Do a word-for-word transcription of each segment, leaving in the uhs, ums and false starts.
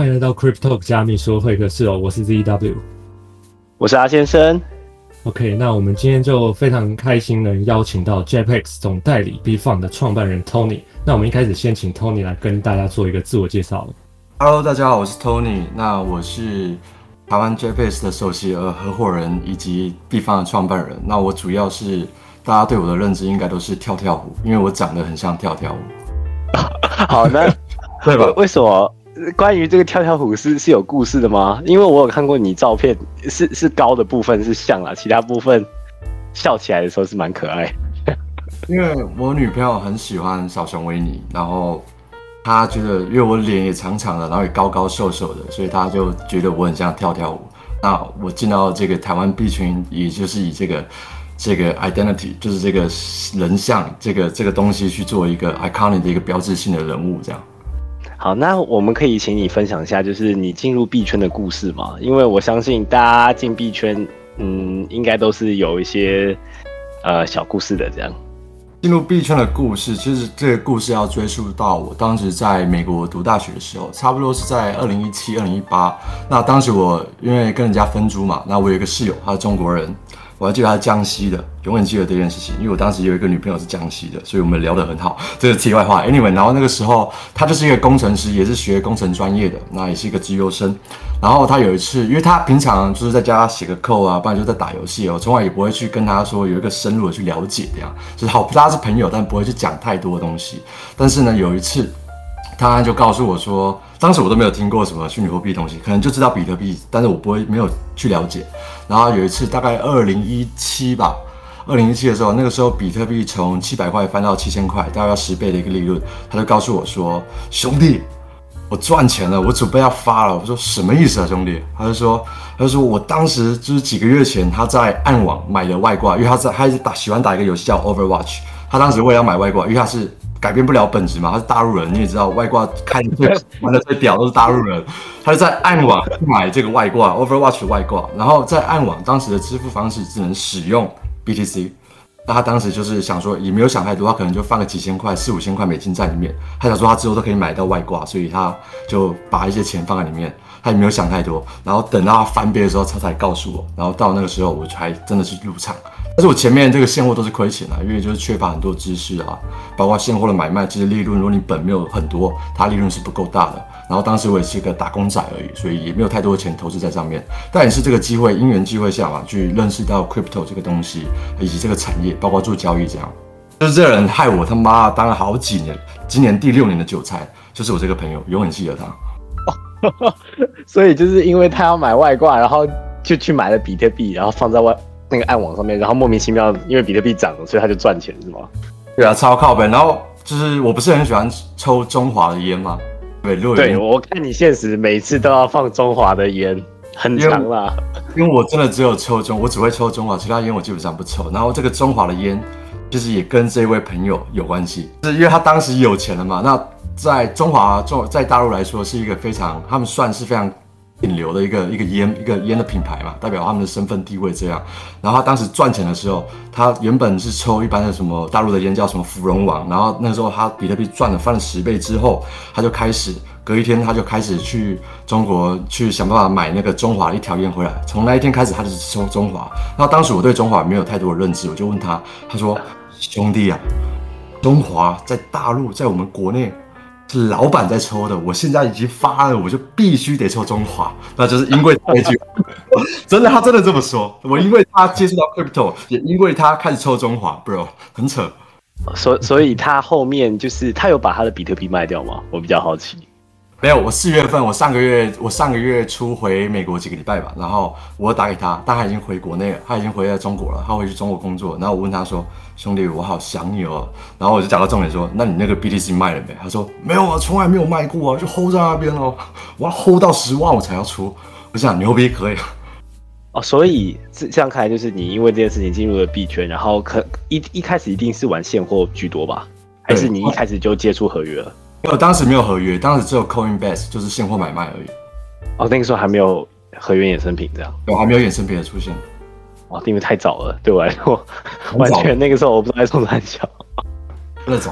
迎来到 Crypto 加密说会客室哦，我是 Z W， 我是阿先生。 OK， 那我们今天就非常开心能邀请到 J P E X 总代理 BeFund 的创办人 Tony。那我们一开始先请 Tony 来跟大家做一个自我介绍。 Hello， 大家好，我是 Tony。那我是台湾 J P E X 的首席合伙人以及 BeFund 的创办人。那我主要是大家对我的认知应该都是跳跳虎，因为我长得很像跳跳虎。 好，那对吧？为什么？关于这个跳跳虎是是有故事的吗？因为我有看过你照片，是是高的部分是像啦，其他部分笑起来的时候是蛮可爱。 因为我女朋友很喜欢小熊维尼，然后她觉得，因为我脸也长长的，然后也高高瘦瘦的，所以她就觉得我很像跳跳虎。那我进到这个台湾币圈，也就是以这个这个 identity， 就是这个人像这个这个东西去做一个 iconic 的一个标志性的人物，这样。 好，那我们可以请你分享一下，就是你进入币圈的故事吗？因为我相信大家进币圈，嗯，应该都是有一些呃小故事的这样。 进入币圈的故事，其实这个故事要追溯到我当时在美国读大学的时候，差不多是在二零一七、二零一八。那当时我因为跟人家分租嘛，那我有一个室友，他是中国人。我还记得他是江西的，永远记得这件事情，因为我当时有一个女朋友是江西的，所以我们聊得很好。这是题外话。Anyway， 然后那个时候他就是一个工程师，也是学工程专业的，那也是一个资优生。然后他有一次，因为他平常就是在家写个 code 啊，不然就在打游戏哦，从来也不会去跟他说有一个深入的去了解这样，就是好大家是朋友，但不会去讲太多的东西。但是呢，有一次他就告诉我说，当时我都没有听过什么虚拟货币的东西，可能就知道比特币，但是我不会没有去了解。然后有一次大概二零一七吧，二零一七的时候，那个时候比特币从七百块翻到七千块，大概要十倍的一个利润，他就告诉我说：“兄弟，我赚钱了，我准备要发了。”我说：“什么意思啊，兄弟？”他就说：“他就说我当时就是几个月前他在暗网买的外挂，因为他在他一直打喜欢打一个游戏叫 Overwatch， 他当时为了要买外挂，因为他是改变不了本质嘛，他是大陆人，你也知道外挂开的最玩的最屌都是大陆人，他就在暗网买这个外挂 Overwatch 的外挂，然后在暗网当时的支付方式只能使用 B T C， 那他当时就是想说也没有想太多，他可能就放个几千块四五千块美金在里面，他想说他之后都可以买到外挂，所以他就把一些钱放在里面，他也没有想太多，然后等到他翻倍的时候他才告诉我，然后到那个时候我才真的是入场。但是我前面这个现货都是亏钱的，因为就是缺乏很多知识啊，包括现货的买卖，其实利润如果你本没有很多，它利润是不够大的。然后当时我也是一个打工仔而已，所以也没有太多的钱投资在上面。但也是这个机会，因缘机会下嘛，去认识到 crypto 这个东西，以及这个产业，包括做交易这样。就是这个人害我他妈当了好几年，今年第六年的韭菜，就是我这个朋友，永远记得他。 所以就是因为他要买外挂，然后就去买了比特币，然后放在外。那个暗网上面，然后莫名其妙，因为比特币涨了，所以他就赚钱，是吗？ 对啊，超靠北。然后就是我不是很喜欢抽中华的烟吗？对， 对，我看你现实每次都要放中华的烟，很长啦。 因为我真的只有抽中，我只会抽中华，其他烟我基本上不抽。然后这个中华的烟，就是也跟这位朋友有关系，就是因为他当时有钱了嘛。那在中华中在大陆来说是一个非常，他们算是非常顶流的一个一个烟一个烟的品牌嘛，代表他们的身份地位这样。然后他当时赚钱的时候，他原本是抽一般的什么大陆的烟叫什么芙蓉王，然后那时候他比特币赚了翻了十倍之后，他就开始隔一天他就开始去中国去想办法买那个中华一条烟回来。从那一天开始，他就只抽中华。然后当时我对中华没有太多的认知，我就问他，他说：“兄弟啊，中华在大陆在我们国内。”是老板在抽的，我现在已经发了，我就必须得抽中华，那就是因为这句，真的，他真的这么说。我因为他接触到 crypto， 也因为他开始抽中华 ，bro， 很扯。 所所以他后面就是他有把他的比特币卖掉吗？我比较好奇。 没有，我四月份，我上个月，我上个月初回美国几个礼拜吧，然后我打给他，但他已经回国内了，他已经回来中国了，他回去中国工作，然后我问他说：“兄弟，我好想你哦。”然后我就讲到重点说：“那你那个 B T C 卖了没？”他说：“没有啊，从来没有卖过啊，就 hold 在那边哦，我要 hold 到十万我才要出。”我想牛逼可以。 哦，所以这样看来就是你因为这件事情进入了币圈，然后可一一开始一定是玩现货居多吧？还是你一开始就接触合约了？ 我当时没有合约，当时只有 Coinbase， 就是现货买卖而已。 哦，那个时候还没有合约衍生品这样。 对，还没有衍生品的出现。 哦，因为太早了，对我来说，完全那个时候我不知道在冲三小。 真的早。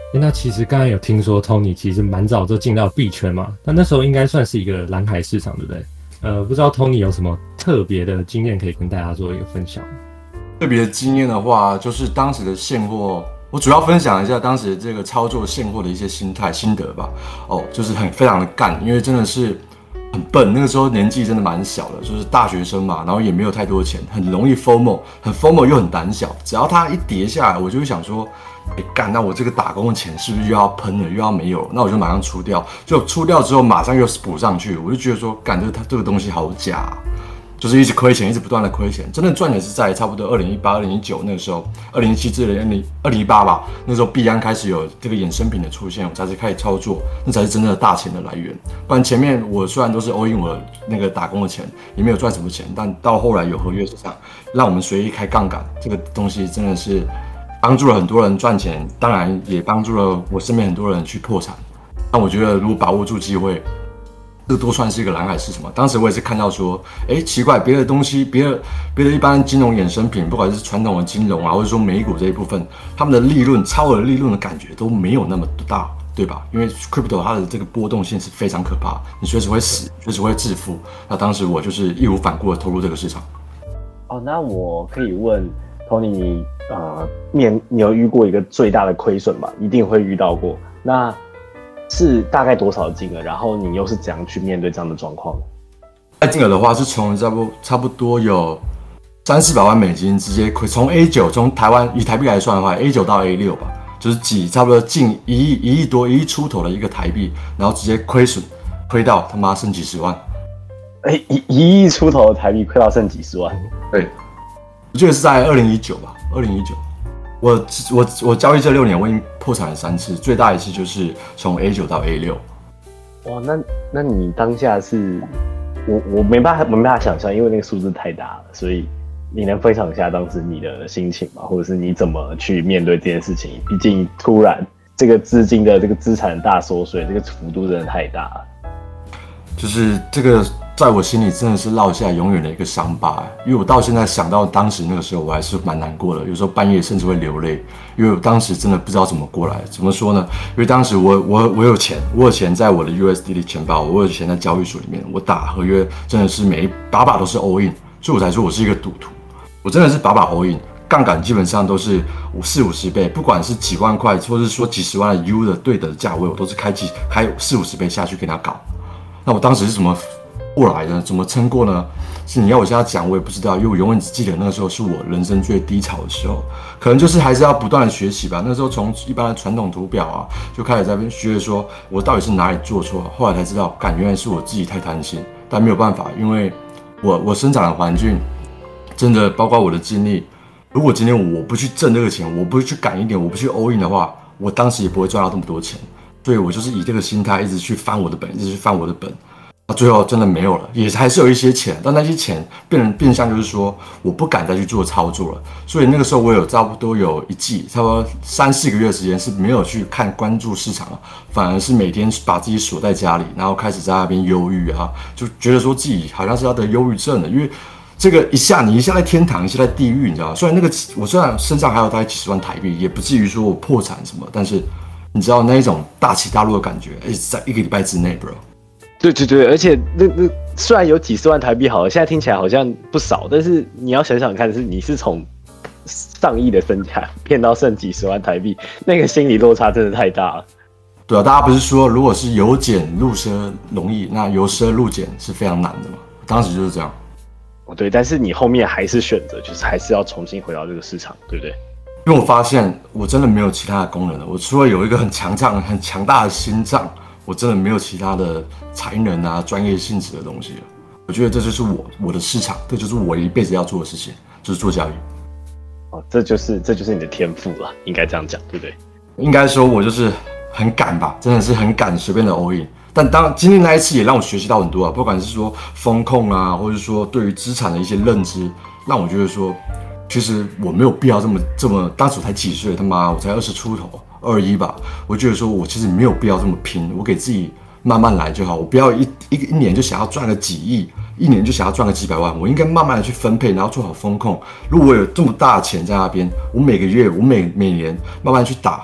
那其实刚才有听说 Tony 其实蛮早就进到币圈嘛，那那时候应该算是一个蓝海市场，对不对？呃，不知道 Tony 有什么特别的经验可以跟大家做一个分享？ 特别的经验的话，就是当时的现货，我主要分享一下当时这个操作现货的一些心态心得吧。哦，就是很非常的干，因为真的是很笨，那个时候年纪真的蛮小的，就是大学生嘛，然后也没有太多的钱，很容易 F O M O， 很 F O M O 又很胆小，只要它一跌下来，我就会想说，哎干，那我这个打工的钱是不是又要喷了，又要没有了？那我就马上出掉，就出掉之后马上又补上去，我就觉得说，干，这个它这个东西好假啊。就是一直亏钱，一直不断的亏钱，真的赚钱是在差不多二零一八、二零一九那个时候，二零一七至二零一八吧，那时候币安开始有这个衍生品的出现，我才是开始操作，那才是真正的大钱的来源。不然前面我虽然都是 all in 我那个打工的钱，也没有赚什么钱，但到后来有合约市场，让我们随意开杠杆，这个东西真的是帮助了很多人赚钱，当然也帮助了我身边很多人去破产。但我觉得如果把握住机会，这都算是一个蓝海市场嘛。当时我也是看到说，哎，奇怪，别的东西，别的别的一般金融衍生品，不管是传统的金融啊，或者说美股这一部分，他们的利润、超额利润的感觉都没有那么大，对吧？因为 crypto 它的这个波动性是非常可怕，你随时会死，随时会致富。那当时我就是义无反顾的投入这个市场。 哦，那我可以问 Tony， 你呃面你有遇过一个最大的亏损吧？一定会遇到过。那是大概多少金额？然后你又是怎样去面对这样的状况？ 那金额的话是从差不差不多有三四百万美金直接亏，从 A 九 从台湾以台币来算的话 ，A 九 到 A 六 吧，就是几差不多近一亿一亿多一亿出头的一个台币，然后直接亏损，亏到他妈剩几十万。 哎、欸，一一亿出头的台币亏到剩几十万？ 对，我记得是在二零一九吧，二零一九。我我我交易这六年，我已经破产了三次，最大一次就是从 A 九 到 A 六。 哇，那那你当下是，我我没办法没办法想象，因为那个数字太大了，所以你能分享一下当时你的心情吗？或者是你怎么去面对这件事情？毕竟突然这个资金的这个资产大缩水，这个幅度真的太大了。 就是这个在我心里真的是烙下永远的一个伤疤，因为我到现在想到当时那个时候，我还是蛮难过的，有时候半夜甚至会流泪，因为我当时真的不知道怎么过来。怎么说呢？因为当时我我我有钱，我有钱在我的 U S D 的钱包，我有钱在交易所里面，我打合约真的是每一把把都是 all in， 所以我才说我是一个赌徒，我真的是把把 all in， 杠杆基本上都是四五十倍，不管是几万块，或是说几十万的 U 的对的价位，我都是开几开四五十倍下去给他搞。那我当时是怎么过来的？怎么撑过呢？是你要我现在讲，我也不知道，因为我永远只记得那个时候是我人生最低潮的时候，可能就是还是要不断的学习吧。那时候从一般的传统图表啊，就开始在那边学说，我到底是哪里做错，后来才知道，感原来是我自己太贪心，但没有办法，因为我我生长的环境，真的包括我的经历，如果今天我不去挣这个钱，我不去赶一点，我不去 all in 的话，我当时也不会赚到这么多钱。所以我就是以这个心态一直去翻我的本，一直去翻我的本，到最后真的没有了，也还是有一些钱，但那些钱变变相就是说我不敢再去做操作了。所以那个时候我有差不多有一季，差不多三四个月的时间是没有去看关注市场了，反而是每天把自己锁在家里，然后开始在那边忧郁啊，就觉得说自己好像是要得忧郁症的，因为这个一下你一下在天堂，一下在地狱，你知道吗？虽然那个我虽然身上还有大概几十万台币，也不至于说我破产什么，但是你知道那一种大起大落的感觉，而且在一个礼拜之内 ，bro。 对对对，而且那那虽然有几十万台币好了，现在听起来好像不少，但是你要想想看，是你是从上亿的身价骗到剩几十万台币，那个心理落差真的太大了。 对啊，大家不是说如果是由俭入奢容易，那由奢入俭是非常难的嘛？当时就是这样。 哦，对，但是你后面还是选择，就是还是要重新回到这个市场，对不对？ 因为我发现我真的没有其他的功能了，我除了有一个很强壮、很强大的心脏，我真的没有其他的才能啊、专业性质的东西了。我觉得这就是我我的市场，这就是我一辈子要做的事情，就是做交易。 哦，这就是这就是你的天赋了，应该这样讲，对不对？ 应该说我就是很敢吧，真的是很敢随便的 all in。但当今天那一次也让我学习到很多啊，不管是说风控啊，或者说对于资产的一些认知，让我觉得说，其实我没有必要这么这么，当时我才几岁，他妈我才二十出头，二一吧，我觉得说我其实没有必要这么拼，我给自己慢慢来就好，我不要一一一年就想要赚个几亿，一年就想要赚个几百万，我应该慢慢的去分配，然后做好风控。如果我有这么大的钱在那边，我每个月我每每年慢慢去打，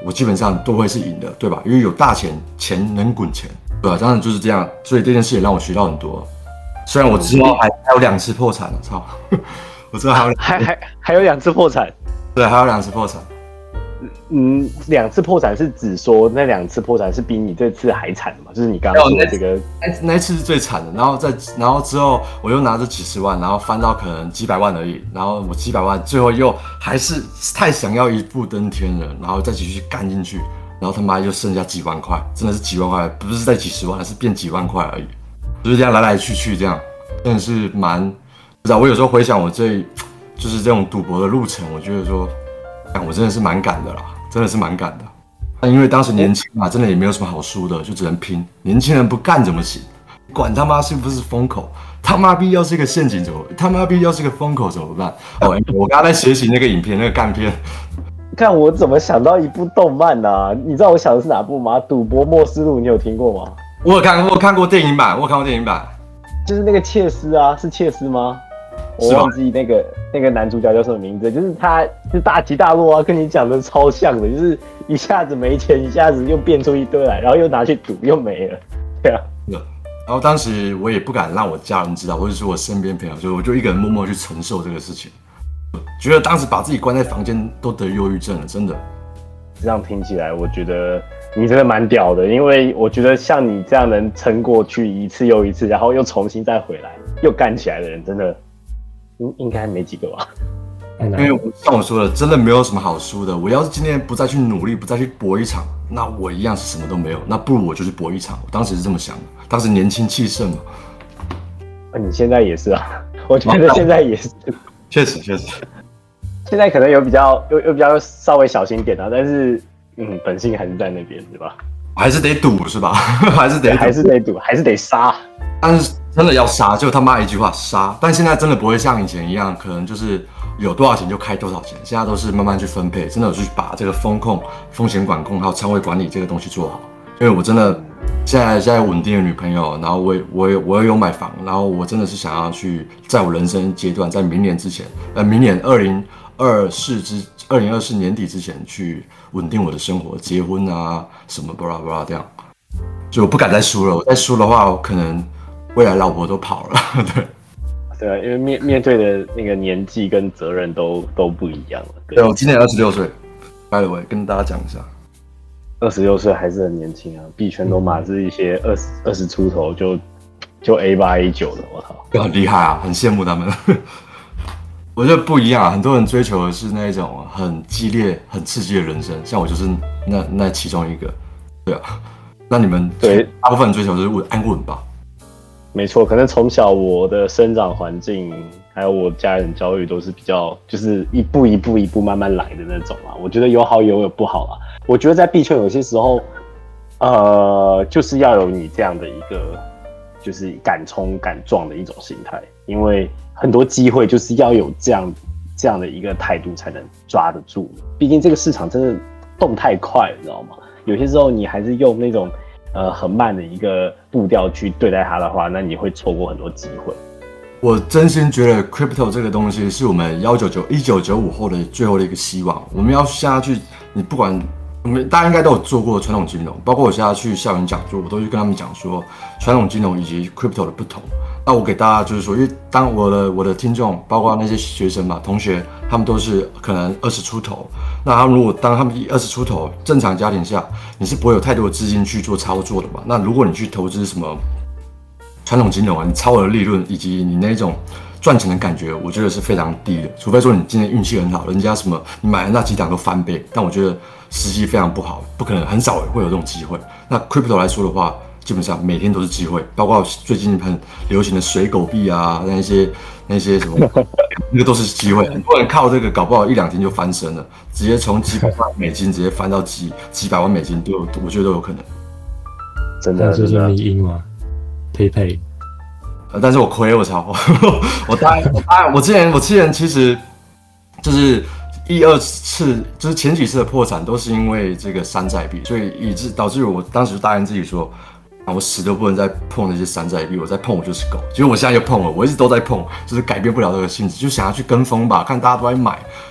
我基本上都会是赢的，对吧？因为有大钱，钱能滚钱，对吧？当然就是这样，所以这件事也让我学到很多。虽然我之后还还有两次破产了，操！我知道还有还还还有两次破产， 对，还有两次破产。 嗯，两次破产是指说那两次破产是比你这次还惨的嘛？就是你刚刚说的这个， 那那一次是最惨的，然后再然后之后我又拿着几十万，然后翻到可能几百万而已，然后我几百万最后又还是太想要一步登天了，然后再继续干进去，然后他妈又剩下几万块，真的是几万块，不是在几十万，是变几万块而已，就是这样来来去去这样，真的是蛮不知道。我有时候回想我这就是这种赌博的路程，我觉得说，我真的是蛮赶的啦。真的是蛮赶的，但因为当时年轻嘛，真的也没有什么好输的，就只能拼。年轻人不干怎么行？管他妈是不是风口，他妈逼要是个陷阱怎么？他妈逼要是个风口怎么办？哦，我刚刚在学习那个影片，那个干片。 看我怎么想到一部动漫啊？你知道我想的是哪部吗？《赌博默示录》，你有听过吗？ 我有看，我有看过电影版，我有看过电影版， 就是那个切斯啊，是切斯吗？我忘记那个那个男主角叫什么名字，就是他是大起大落啊，跟你讲的超像的，就是一下子没钱，一下子又变出一堆来，然后又拿去赌，又没了，对啊。 然后当时我也不敢让我家人知道，或者是我身边朋友，所以我就一个人默默去承受这个事情。觉得当时把自己关在房间都得忧郁症了，真的。 这样听起来，我觉得你真的蛮屌的，因为我觉得像你这样能撑过去一次又一次，然后又重新再回来，又干起来的人，真的。应应该没几个吧， 因为像我说的，真的没有什么好输的。我要是今天不再去努力，不再去搏一场，那我一样是什么都没有。那不如我就去搏一场。我当时是这么想的，当时年轻气盛嘛。 啊，你现在也是啊，我觉得现在也是。 确实确实， 现在可能有比较有有比较稍微小心点啊，但是嗯，本性还是在那边，对吧？ 还是得赌是吧？还是得还是得赌，还是得杀。 但是真的要杀，就他妈一句话杀。但现在真的不会像以前一样，可能就是有多少钱就开多少钱，现在都是慢慢去分配，真的有去把这个风控、风险管控还有仓位管理这个东西做好。因为我真的现在现在有稳定的女朋友，然后我也我也我也有买房，然后我真的是想要去在我人生阶段，在明年之前，呃，明年二零二四之二零二四年底之前去稳定我的生活，结婚啊什么巴拉巴拉这样。所以我不敢再输了，我再输的话，我可能未来老婆都跑了。对， 对啊，因为面面对的那个年纪跟责任都都不一样了。 对，对我今年二十六岁 ，by the way，跟大家讲一下， 二十六岁还是很年轻啊，币圈都嘛是一些二十二十出头就就 A 八 A 九的，我操， 很厉害啊，很羡慕他们。我觉得不一样啊，很多人追求的是那一种很激烈、很刺激的人生，像我就是那那其中一个，对啊。那你们对大部分人追求就是稳安稳吧？ 没错，可能从小我的生长环境，还有我家人教育都是比较，就是一步一步一步慢慢来的那种啊。我觉得有好有有不好啦。我觉得在币圈有些时候，呃，就是要有你这样的一个，就是敢冲敢撞的一种心态，因为很多机会就是要有这样这样的一个态度才能抓得住。毕竟这个市场真的动太快了，你知道吗？有些时候你还是用那种呃很慢的一个步调去对待它的话，那你会错过很多机会。 我真心觉得 crypto 这个东西是我们一九九五后的最后的一个希望。我们要下去，你不管我们大家应该都有做过传统金融，包括我现在去校园讲座，我都去跟他们讲说传统金融以及 crypto 的不同。那我给大家就是说，因为当我的我的听众，包括那些学生嘛、同学，他们都是可能二十出头。那他们如果当他们二十出头，正常家庭下，你是不会有太多的资金去做操作的嘛？那如果你去投资什么传统金融啊，你超额利润以及你那种赚钱的感觉，我觉得是非常低的。除非说你今天运气很好，人家什么你买的那几档都翻倍，但我觉得时机非常不好，不可能，很少会有这种机会。那 crypto 来说的话，基本上每天都是机会，包括最近很流行的水狗币啊，那些那些什么，那个都是机会。很多人靠这个，搞不好一两天就翻身了，直接从几百万美金直接翻到几几百万美金，都有，我觉得都有可能。 真的， 这是迷因吗？佩佩， 呃，但是我亏，我操！我大概我大概我之前我之前其实就是一二次，就是前几次的破产都是因为这个山寨币，所以以致导致我当时答应自己说。啊，我死都不能再碰那些山寨币，我再碰我就是狗。结果我现在又碰了，我一直都在碰，就是改变不了这个性质，就想要去跟风吧，看大家都在买，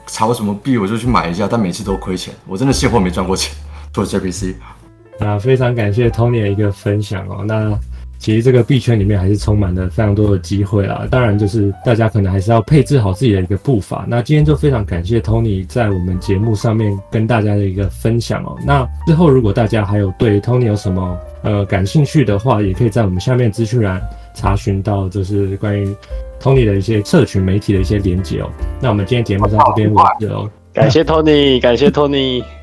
炒什么币我就去买一下，但每次都亏钱，我真的现货没赚过钱，做 J P C。 那非常感谢 Tony 的一个分享哦。那其实这个币圈里面还是充满了非常多的机会啦，当然就是大家可能还是要配置好自己的一个步伐。那今天就非常感谢 Tony 在我们节目上面跟大家的一个分享哦。那之后如果大家还有对 Tony 有什么呃感兴趣的话，也可以在我们下面资讯栏查询到就是关于 Tony 的一些社群媒体的一些连结哦。那我们今天节目到这边为止哦。 感谢 Tony， 感谢 Tony。